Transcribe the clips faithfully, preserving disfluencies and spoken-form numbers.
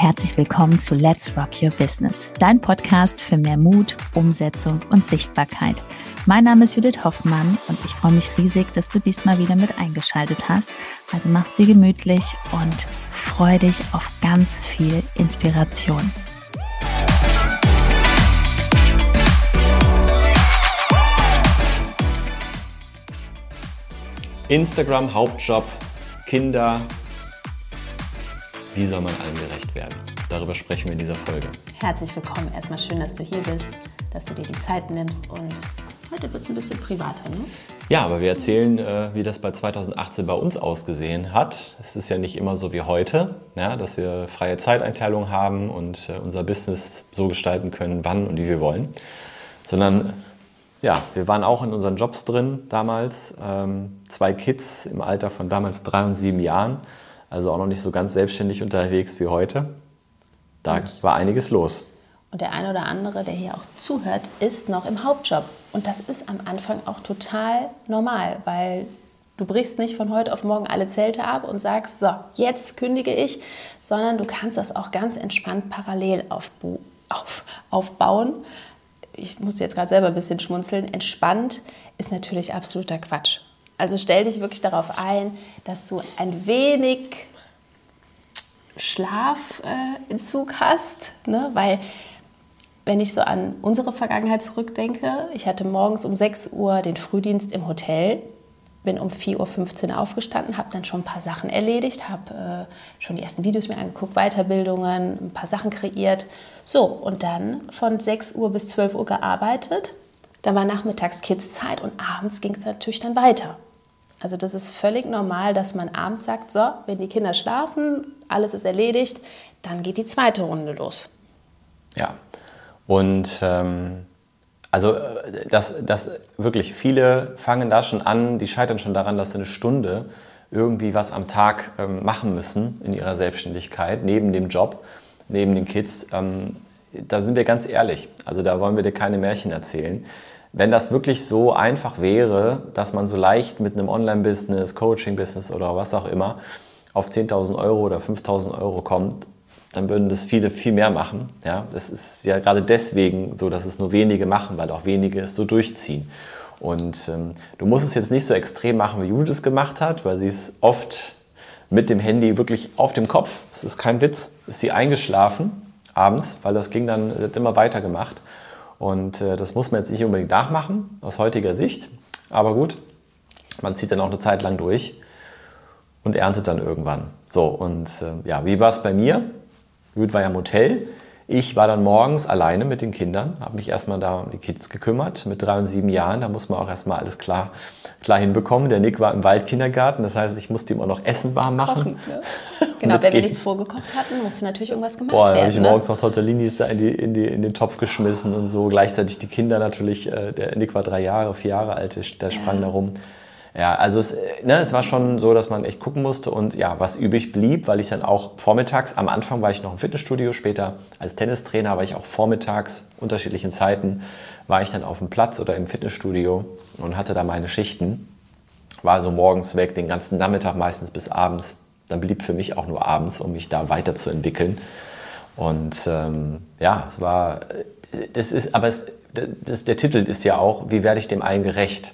herzlich willkommen zu Let's Rock Your Business, dein Podcast für mehr Mut, Umsetzung und Sichtbarkeit. Mein Name ist Judith Hoffmann und ich freue mich riesig, dass du diesmal wieder mit eingeschaltet hast. Also mach's dir gemütlich und freu dich auf ganz viel Inspiration. Instagram, Hauptjob, Kinder. Wie soll man allen gerecht werden? Darüber sprechen wir in dieser Folge. Herzlich willkommen. Erstmal schön, dass du hier bist, dass du dir die Zeit nimmst und heute wird es ein bisschen privater, ne? Ja, aber wir erzählen, wie das bei zweitausendachtzehn bei uns ausgesehen hat. Es ist ja nicht immer so wie heute, ja, dass wir freie Zeiteinteilung haben und unser Business so gestalten können, wann und wie wir wollen. Sondern ja, wir waren auch in unseren Jobs drin damals. Ähm, zwei Kids im Alter von damals drei und sieben Jahren. Also auch noch nicht so ganz selbstständig unterwegs wie heute. Da und war einiges los. Und der eine oder andere, der hier auch zuhört, ist noch im Hauptjob. Und das ist am Anfang auch total normal, weil du brichst nicht von heute auf morgen alle Zelte ab und sagst, so, jetzt kündige ich, sondern du kannst das auch ganz entspannt parallel aufbu- auf, aufbauen. Ich muss jetzt gerade selber ein bisschen schmunzeln. Entspannt ist natürlich absoluter Quatsch. Also stell dich wirklich darauf ein, dass du ein wenig Schlafentzug äh, hast, ne? Weil wenn ich so an unsere Vergangenheit zurückdenke, ich hatte morgens um sechs Uhr den Frühdienst im Hotel, bin um vier Uhr fünfzehn aufgestanden, habe dann schon ein paar Sachen erledigt, habe äh, schon die ersten Videos mir angeguckt, Weiterbildungen, ein paar Sachen kreiert. So, und dann von sechs Uhr bis zwölf Uhr gearbeitet. Dann war nachmittags Kids-Zeit und abends ging es natürlich dann weiter. Also das ist völlig normal, dass man abends sagt, so, wenn die Kinder schlafen, alles ist erledigt, dann geht die zweite Runde los. Ja, und ähm, also das, das wirklich, viele fangen da schon an, die scheitern schon daran, dass sie eine Stunde irgendwie was am Tag ähm, machen müssen in ihrer Selbstständigkeit, neben dem Job, neben den Kids. Ähm, da sind wir ganz ehrlich, also da wollen wir dir keine Märchen erzählen. Wenn das wirklich so einfach wäre, dass man so leicht mit einem Online-Business, Coaching-Business oder was auch immer auf zehntausend Euro oder fünftausend Euro kommt, dann würden das viele viel mehr machen. Ja, das ist ja gerade deswegen so, dass es nur wenige machen, weil auch wenige es so durchziehen. Und ähm, du musst es jetzt nicht so extrem machen, wie Judith es gemacht hat, weil sie ist oft mit dem Handy wirklich auf dem Kopf, das ist kein Witz, ist sie eingeschlafen abends, weil das ging dann, hat immer weitergemacht. Und äh, das muss man jetzt nicht unbedingt nachmachen, aus heutiger Sicht. Aber gut, man zieht dann auch eine Zeit lang durch und erntet dann irgendwann. So, und äh, ja, wie war es bei mir? Judith war ja im Hotel. Ich war dann morgens alleine mit den Kindern, habe mich erstmal da um die Kids gekümmert, mit drei und sieben Jahren. Da muss man auch erstmal alles klar, klar hinbekommen. Der Nick war im Waldkindergarten, das heißt, ich musste ihm auch noch Essen warm machen. Kochen, ne? Genau, wenn wir nichts vorgekocht hatten, musste natürlich irgendwas gemacht Boah, werden. Da habe ich ne? morgens noch Tortellinis da in, die, in, die, in den Topf geschmissen und so. Gleichzeitig die Kinder natürlich, äh, der Nick war drei Jahre, vier Jahre alt, der sprang ja. da rum. Ja, also es, ne, es war schon so, dass man echt gucken musste und ja, was übrig blieb, weil ich dann auch vormittags, am Anfang war ich noch im Fitnessstudio, später als Tennistrainer war ich auch vormittags, unterschiedlichen Zeiten, war ich dann auf dem Platz oder im Fitnessstudio und hatte da meine Schichten. War also morgens weg, den ganzen Nachmittag meistens bis abends. Dann blieb für mich auch nur abends, um mich da weiterzuentwickeln. Und ähm, ja, es war, das ist, aber es, das, der Titel ist ja auch, wie werde ich dem allen gerecht?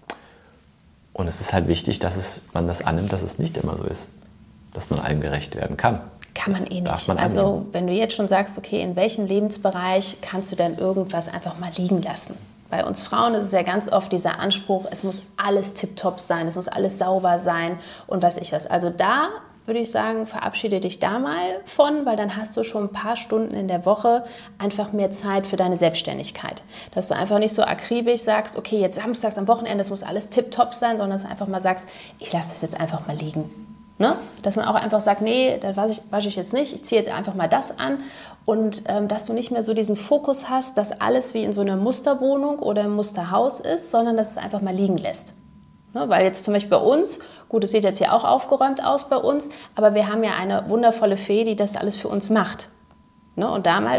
Und es ist halt wichtig, dass es, man das annimmt, dass es nicht immer so ist, dass man allen gerecht werden kann. Kann man das eh nicht. Man also annehmen. Wenn du jetzt schon sagst, okay, in welchem Lebensbereich kannst du dann irgendwas einfach mal liegen lassen? Bei uns Frauen ist es ja ganz oft dieser Anspruch, es muss alles tipptopp sein, es muss alles sauber sein und was ich was. Also da würde ich sagen, verabschiede dich da mal von, weil dann hast du schon ein paar Stunden in der Woche einfach mehr Zeit für deine Selbstständigkeit. Dass du einfach nicht so akribisch sagst, okay, jetzt samstags am Wochenende, das muss alles tipptopp sein, sondern dass du einfach mal sagst, ich lasse das jetzt einfach mal liegen. Ne? Dass man auch einfach sagt, nee, das wasche ich, wasche ich jetzt nicht, ich ziehe jetzt einfach mal das an und ähm, dass du nicht mehr so diesen Fokus hast, dass alles wie in so einer Musterwohnung oder im Musterhaus ist, sondern dass es einfach mal liegen lässt. Ne? Weil jetzt zum Beispiel bei uns, gut, es sieht jetzt hier auch aufgeräumt aus bei uns, aber wir haben ja eine wundervolle Fee, die das alles für uns macht. Ne? Und damals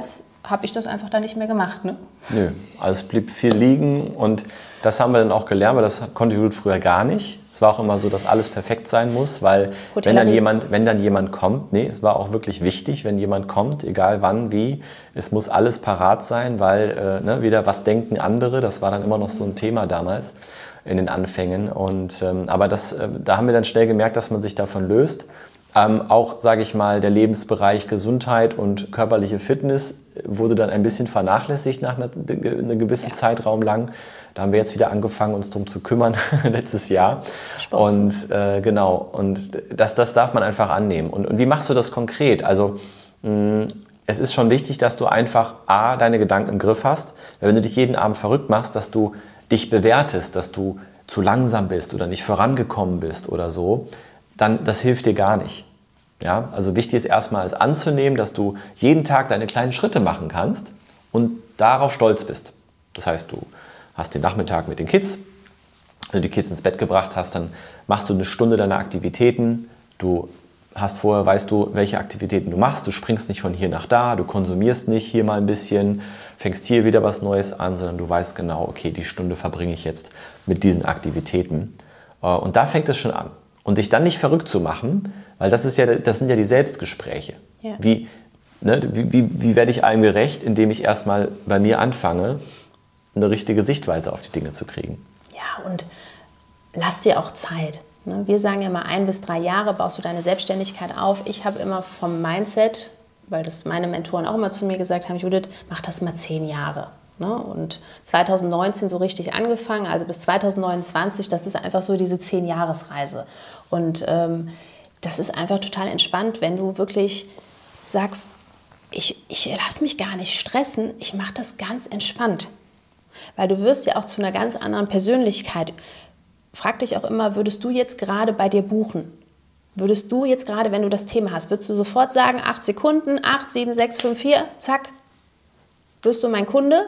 habe ich das einfach dann nicht mehr gemacht. Ne? Nö, also es blieb viel liegen und das haben wir dann auch gelernt, weil das konnte Judith früher gar nicht. Es war auch immer so, dass alles perfekt sein muss, weil wenn dann, jemand, wenn dann jemand kommt, nee, es war auch wirklich wichtig, wenn jemand kommt, egal wann, wie, es muss alles parat sein, weil äh, ne, wieder, was denken andere, das war dann immer noch so ein Thema damals in den Anfängen. Und, ähm, aber das, äh, da haben wir dann schnell gemerkt, dass man sich davon löst. Ähm, auch, sage ich mal, der Lebensbereich Gesundheit und körperliche Fitness wurde dann ein bisschen vernachlässigt nach einer, einer gewissen ja. Zeitraum lang. Da haben wir jetzt wieder angefangen, uns darum zu kümmern, letztes Jahr. Sport. Und äh, genau, und das, das darf man einfach annehmen. Und, und wie machst du das konkret? Also mh, es ist schon wichtig, dass du einfach A, deine Gedanken im Griff hast. Weil wenn du dich jeden Abend verrückt machst, dass du dich bewertest, dass du zu langsam bist oder nicht vorangekommen bist oder so, dann das hilft dir gar nicht. Ja? Also wichtig ist erstmal es anzunehmen, dass du jeden Tag deine kleinen Schritte machen kannst und darauf stolz bist. Das heißt, du hast den Nachmittag mit den Kids, wenn du die Kids ins Bett gebracht hast, dann machst du eine Stunde deiner Aktivitäten, du hast vorher, weißt du, welche Aktivitäten du machst, du springst nicht von hier nach da, du konsumierst nicht hier mal ein bisschen, fängst hier wieder was Neues an, sondern du weißt genau, okay, die Stunde verbringe ich jetzt mit diesen Aktivitäten. Und da fängt es schon an. Und dich dann nicht verrückt zu machen, weil das, ist ja, das sind ja die Selbstgespräche. Ja. Wie, ne, wie, wie, wie werde ich einem gerecht, indem ich erstmal bei mir anfange, eine richtige Sichtweise auf die Dinge zu kriegen. Ja, und lass dir auch Zeit. Ne? Wir sagen ja immer, ein bis drei Jahre baust du deine Selbstständigkeit auf. Ich habe immer vom Mindset, weil das meine Mentoren auch immer zu mir gesagt haben, Judith, mach das mal zehn Jahre. Ne? Und zwanzig neunzehn so richtig angefangen, also bis zwanzig neunundzwanzig, das ist einfach so diese zehn-Jahres-Reise. Und ähm, das ist einfach total entspannt, wenn du wirklich sagst, ich, ich lasse mich gar nicht stressen, ich mache das ganz entspannt. Weil du wirst ja auch zu einer ganz anderen Persönlichkeit. Frag dich auch immer, würdest du jetzt gerade bei dir buchen? Würdest du jetzt gerade, wenn du das Thema hast, würdest du sofort sagen, acht Sekunden, acht, sieben, sechs, fünf, vier, zack, wirst du mein Kunde?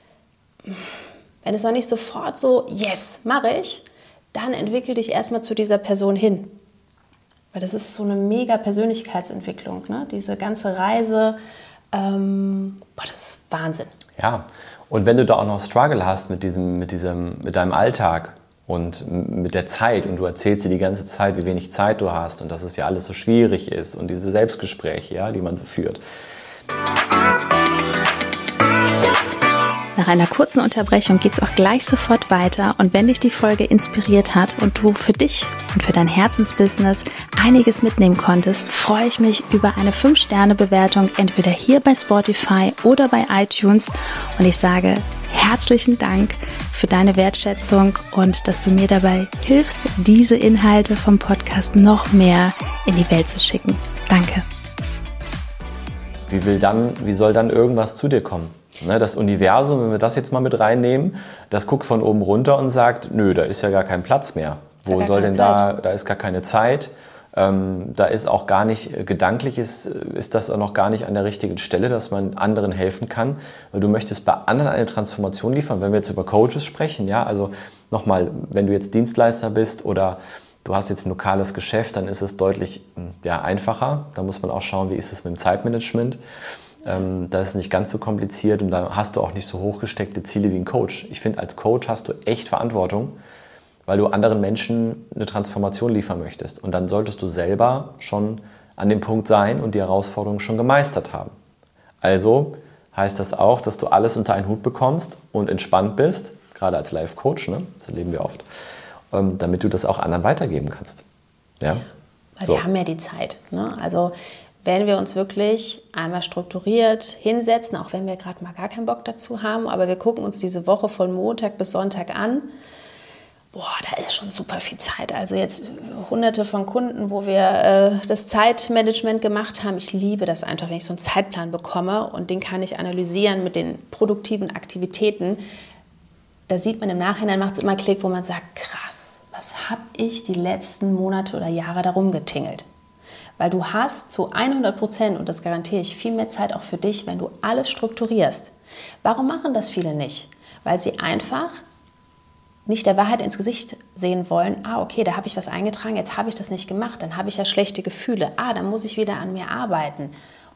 Wenn es noch nicht sofort so, yes, mache ich, dann entwickel dich erstmal zu dieser Person hin. Weil das ist so eine mega Persönlichkeitsentwicklung, ne? Diese ganze Reise, ähm, boah, das ist Wahnsinn. Ja, und wenn du da auch noch Struggle hast mit, diesem, mit, diesem, mit deinem Alltag und mit der Zeit und du erzählst dir die ganze Zeit, wie wenig Zeit du hast und dass es ja alles so schwierig ist und diese Selbstgespräche, ja, die man so führt. Nach einer kurzen Unterbrechung geht es auch gleich sofort weiter und wenn dich die Folge inspiriert hat und du für dich und für dein Herzensbusiness einiges mitnehmen konntest, freue ich mich über eine fünf Sterne Bewertung entweder hier bei Spotify oder bei iTunes und ich sage herzlichen Dank für deine Wertschätzung und dass du mir dabei hilfst, diese Inhalte vom Podcast noch mehr in die Welt zu schicken. Danke. Wie will dann, wie soll dann irgendwas zu dir kommen? Das Universum, wenn wir das jetzt mal mit reinnehmen, das guckt von oben runter und sagt, nö, da ist ja gar kein Platz mehr. Wo soll denn da, da ist gar keine Zeit. Ähm, da ist auch gar nicht, gedanklich ist, ist das auch noch gar nicht an der richtigen Stelle, dass man anderen helfen kann. Weil du möchtest bei anderen eine Transformation liefern, wenn wir jetzt über Coaches sprechen. Ja, also nochmal, wenn du jetzt Dienstleister bist oder du hast jetzt ein lokales Geschäft, dann ist es deutlich ja, einfacher. Da muss man auch schauen, wie ist es mit dem Zeitmanagement. Ähm, das ist nicht ganz so kompliziert und da hast du auch nicht so hochgesteckte Ziele wie ein Coach. Ich finde, als Coach hast du echt Verantwortung, weil du anderen Menschen eine Transformation liefern möchtest. Und dann solltest du selber schon an dem Punkt sein und die Herausforderung schon gemeistert haben. Also heißt das auch, dass du alles unter einen Hut bekommst und entspannt bist, gerade als Life-Coach, ne? Das erleben wir oft, ähm, damit du das auch anderen weitergeben kannst. Ja? Weil So. wir haben ja die Zeit. Ne? Also wenn wir uns wirklich einmal strukturiert hinsetzen, auch wenn wir gerade mal gar keinen Bock dazu haben, aber wir gucken uns diese Woche von Montag bis Sonntag an, boah, da ist schon super viel Zeit. Also jetzt hunderte von Kunden, wo wir äh, das Zeitmanagement gemacht haben. Ich liebe das einfach, wenn ich so einen Zeitplan bekomme und den kann ich analysieren mit den produktiven Aktivitäten. Da sieht man im Nachhinein, macht es immer Klick, wo man sagt, krass, was habe ich die letzten Monate oder Jahre darum getingelt? Weil du hast zu hundert Prozent, und das garantiere ich, viel mehr Zeit auch für dich, wenn du alles strukturierst. Warum machen das viele nicht? Weil sie einfach nicht der Wahrheit ins Gesicht sehen wollen, ah, okay, da habe ich was eingetragen, jetzt habe ich das nicht gemacht, dann habe ich ja schlechte Gefühle, ah, dann muss ich wieder an mir arbeiten.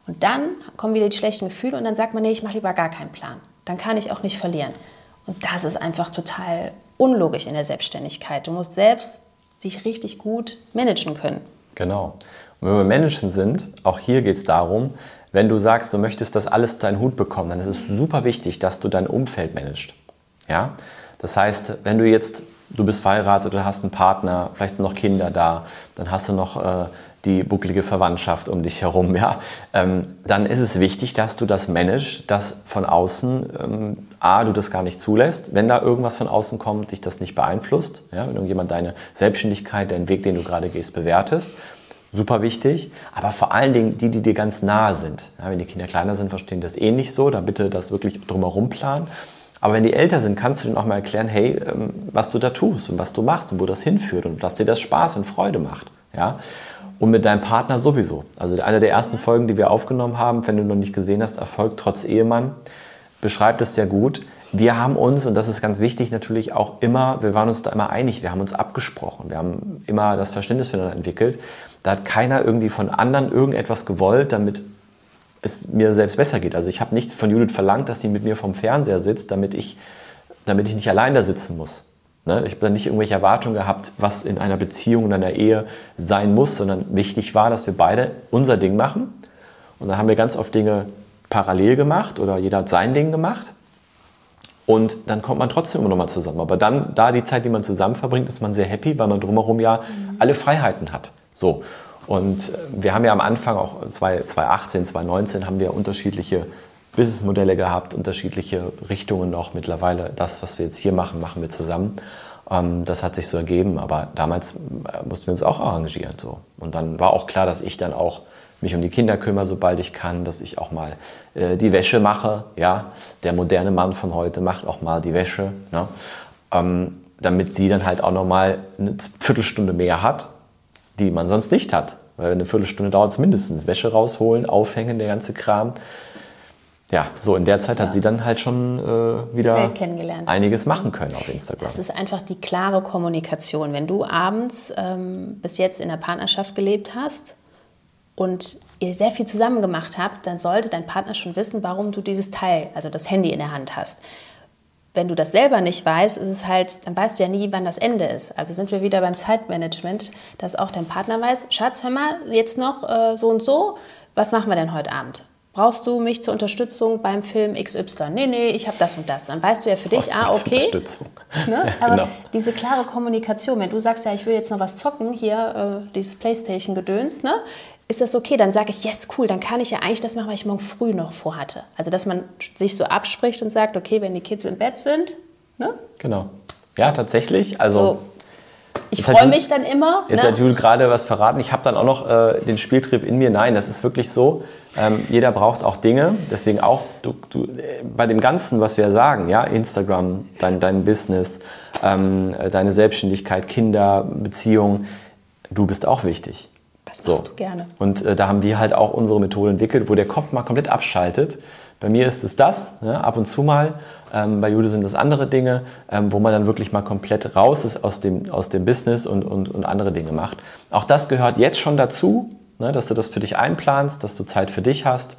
Und dann kommen wieder die schlechten Gefühle und dann sagt man, nee, ich mache lieber gar keinen Plan. Dann kann ich auch nicht verlieren. Und das ist einfach total unlogisch in der Selbstständigkeit. Du musst selbst dich richtig gut managen können. Genau. Und wenn wir Managen sind, auch hier geht es darum, wenn du sagst, du möchtest das alles unter deinen Hut bekommen, dann ist es super wichtig, dass du dein Umfeld managst. Ja? Das heißt, wenn du jetzt, du bist verheiratet oder hast einen Partner, vielleicht sind noch Kinder da, dann hast du noch äh, die bucklige Verwandtschaft um dich herum, ja? ähm, dann ist es wichtig, dass du das managst, dass von außen, ähm, A, du das gar nicht zulässt, wenn da irgendwas von außen kommt, dich das nicht beeinflusst, ja? Wenn irgendjemand deine Selbstständigkeit, den Weg, den du gerade gehst, bewertest. Super wichtig, aber vor allen Dingen die, die dir ganz nahe sind. Ja, wenn die Kinder kleiner sind, verstehen das eh nicht so, da bitte das wirklich drumherum planen. Aber wenn die älter sind, kannst du denen auch mal erklären, hey, was du da tust und was du machst und wo das hinführt und dass dir das Spaß und Freude macht. Ja? Und mit deinem Partner sowieso. Also eine der ersten Folgen, die wir aufgenommen haben, wenn du noch nicht gesehen hast, Erfolg trotz Ehemann, beschreibt es sehr gut. Wir haben uns, und das ist ganz wichtig, natürlich auch immer, wir waren uns da immer einig, wir haben uns abgesprochen, wir haben immer das Verständnis füreinander entwickelt. Da hat keiner irgendwie von anderen irgendetwas gewollt, damit es mir selbst besser geht. Also ich habe nicht von Judith verlangt, dass sie mit mir vorm Fernseher sitzt, damit ich, damit ich nicht allein da sitzen muss. Ne? Ich habe da nicht irgendwelche Erwartungen gehabt, was in einer Beziehung, in einer Ehe sein muss, sondern wichtig war, dass wir beide unser Ding machen. Und dann haben wir ganz oft Dinge parallel gemacht oder jeder hat sein Ding gemacht. Und dann kommt man trotzdem immer noch mal zusammen. Aber dann, da die Zeit, die man zusammen verbringt, ist man sehr happy, weil man drumherum ja mhm. alle Freiheiten hat. So. Und wir haben ja am Anfang, auch zwanzig achtzehn, zwanzig neunzehn, haben wir unterschiedliche Businessmodelle gehabt, unterschiedliche Richtungen noch. Mittlerweile, das, was wir jetzt hier machen, machen wir zusammen. Das hat sich so ergeben, aber damals mussten wir uns auch arrangieren. So. Und dann war auch klar, dass ich dann auch mich um die Kinder kümmere, sobald ich kann, dass ich auch mal äh, die Wäsche mache. Ja? Der moderne Mann von heute macht auch mal die Wäsche, ne? ähm, damit sie dann halt auch noch mal eine Viertelstunde mehr hat, die man sonst nicht hat. Weil eine Viertelstunde dauert es mindestens. Wäsche rausholen, aufhängen, der ganze Kram. Ja, so in der Zeit ja. hat sie dann halt schon äh, wieder einiges machen können auf Instagram. Das ist einfach die klare Kommunikation. Wenn du abends ähm, bis jetzt in der Partnerschaft gelebt hast und ihr sehr viel zusammen gemacht habt, dann sollte dein Partner schon wissen, warum du dieses Teil, also das Handy in der Hand hast. Wenn du das selber nicht weißt, ist es halt, dann weißt du ja nie, wann das Ende ist. Also sind wir wieder beim Zeitmanagement, dass auch dein Partner weiß, Schatz, hör mal, jetzt noch äh, so und so, was machen wir denn heute Abend? Brauchst du mich zur Unterstützung beim Film X Y? Nee, nee, ich habe das und das. Dann weißt du ja für dich, ah, okay. Unterstützung. Ne? Ja, aber genau. diese klare Kommunikation, wenn du sagst, ja, ich will jetzt noch was zocken, hier äh, dieses Playstation-Gedöns, ne? Ist das okay? Dann sage ich, yes, cool, dann kann ich ja eigentlich das machen, was ich morgen früh noch vorhatte. Also, dass man sich so abspricht und sagt, okay, wenn die Kids im Bett sind, ne? Genau. Ja, tatsächlich. Also, so. Ich freue mich dann immer. Jetzt ne? hat Jules gerade was verraten. Ich habe dann auch noch äh, den Spieltrieb in mir. Nein, das ist wirklich so. Ähm, jeder braucht auch Dinge. Deswegen auch du, du, äh, bei dem Ganzen, was wir sagen, ja, Instagram, dein, dein Business, ähm, deine Selbstständigkeit, Kinder, Beziehungen, du bist auch wichtig. Das machst so. du gerne. Und äh, da haben wir halt auch unsere Methode entwickelt, wo der Kopf mal komplett abschaltet. Bei mir ist es das, ne, ab und zu mal. Ähm, bei Jude sind das andere Dinge, ähm, wo man dann wirklich mal komplett raus ist aus dem, aus dem Business und, und, und andere Dinge macht. Auch das gehört jetzt schon dazu, ne, dass du das für dich einplanst, dass du Zeit für dich hast.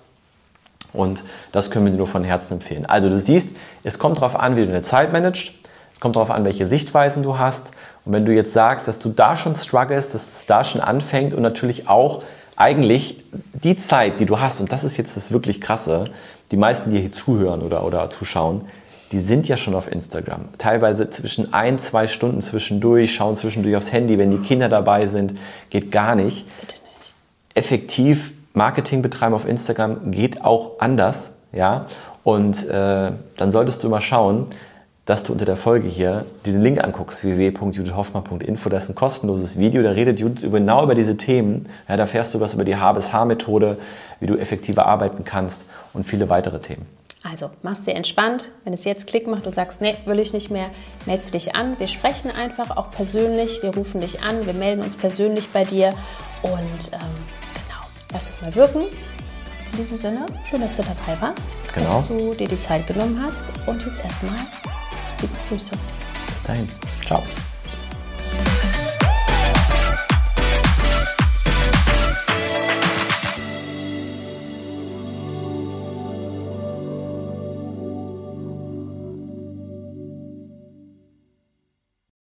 Und das können wir dir nur von Herzen empfehlen. Also du siehst, es kommt darauf an, wie du deine Zeit managst. Es kommt darauf an, welche Sichtweisen du hast. Und wenn du jetzt sagst, dass du da schon struggles, dass es da schon anfängt und natürlich auch eigentlich die Zeit, die du hast, und das ist jetzt das wirklich Krasse, die meisten, die hier zuhören oder, oder zuschauen, die sind ja schon auf Instagram. Teilweise zwischen ein, zwei Stunden zwischendurch, schauen zwischendurch aufs Handy, wenn die Kinder dabei sind, geht gar nicht. Bitte nicht. Effektiv Marketing betreiben auf Instagram geht auch anders, ja. Und äh, dann solltest du mal schauen, dass du unter der Folge hier dir den Link anguckst, w w w punkt judith hoffmann punkt info. Das ist ein kostenloses Video, da redet Judith genau über diese Themen. Ja, da erfährst du was über die H bis H-Methode, wie du effektiver arbeiten kannst und viele weitere Themen. Also, mach's dir entspannt. Wenn es jetzt Klick macht, du sagst, nee, will ich nicht mehr, meldest du dich an. Wir sprechen einfach auch persönlich, wir rufen dich an, wir melden uns persönlich bei dir und ähm, genau, lass es mal wirken. In diesem Sinne, schön, dass du dabei warst, genau. dass du dir die Zeit genommen hast und jetzt erstmal liebe Grüße. Bis dahin. Ciao.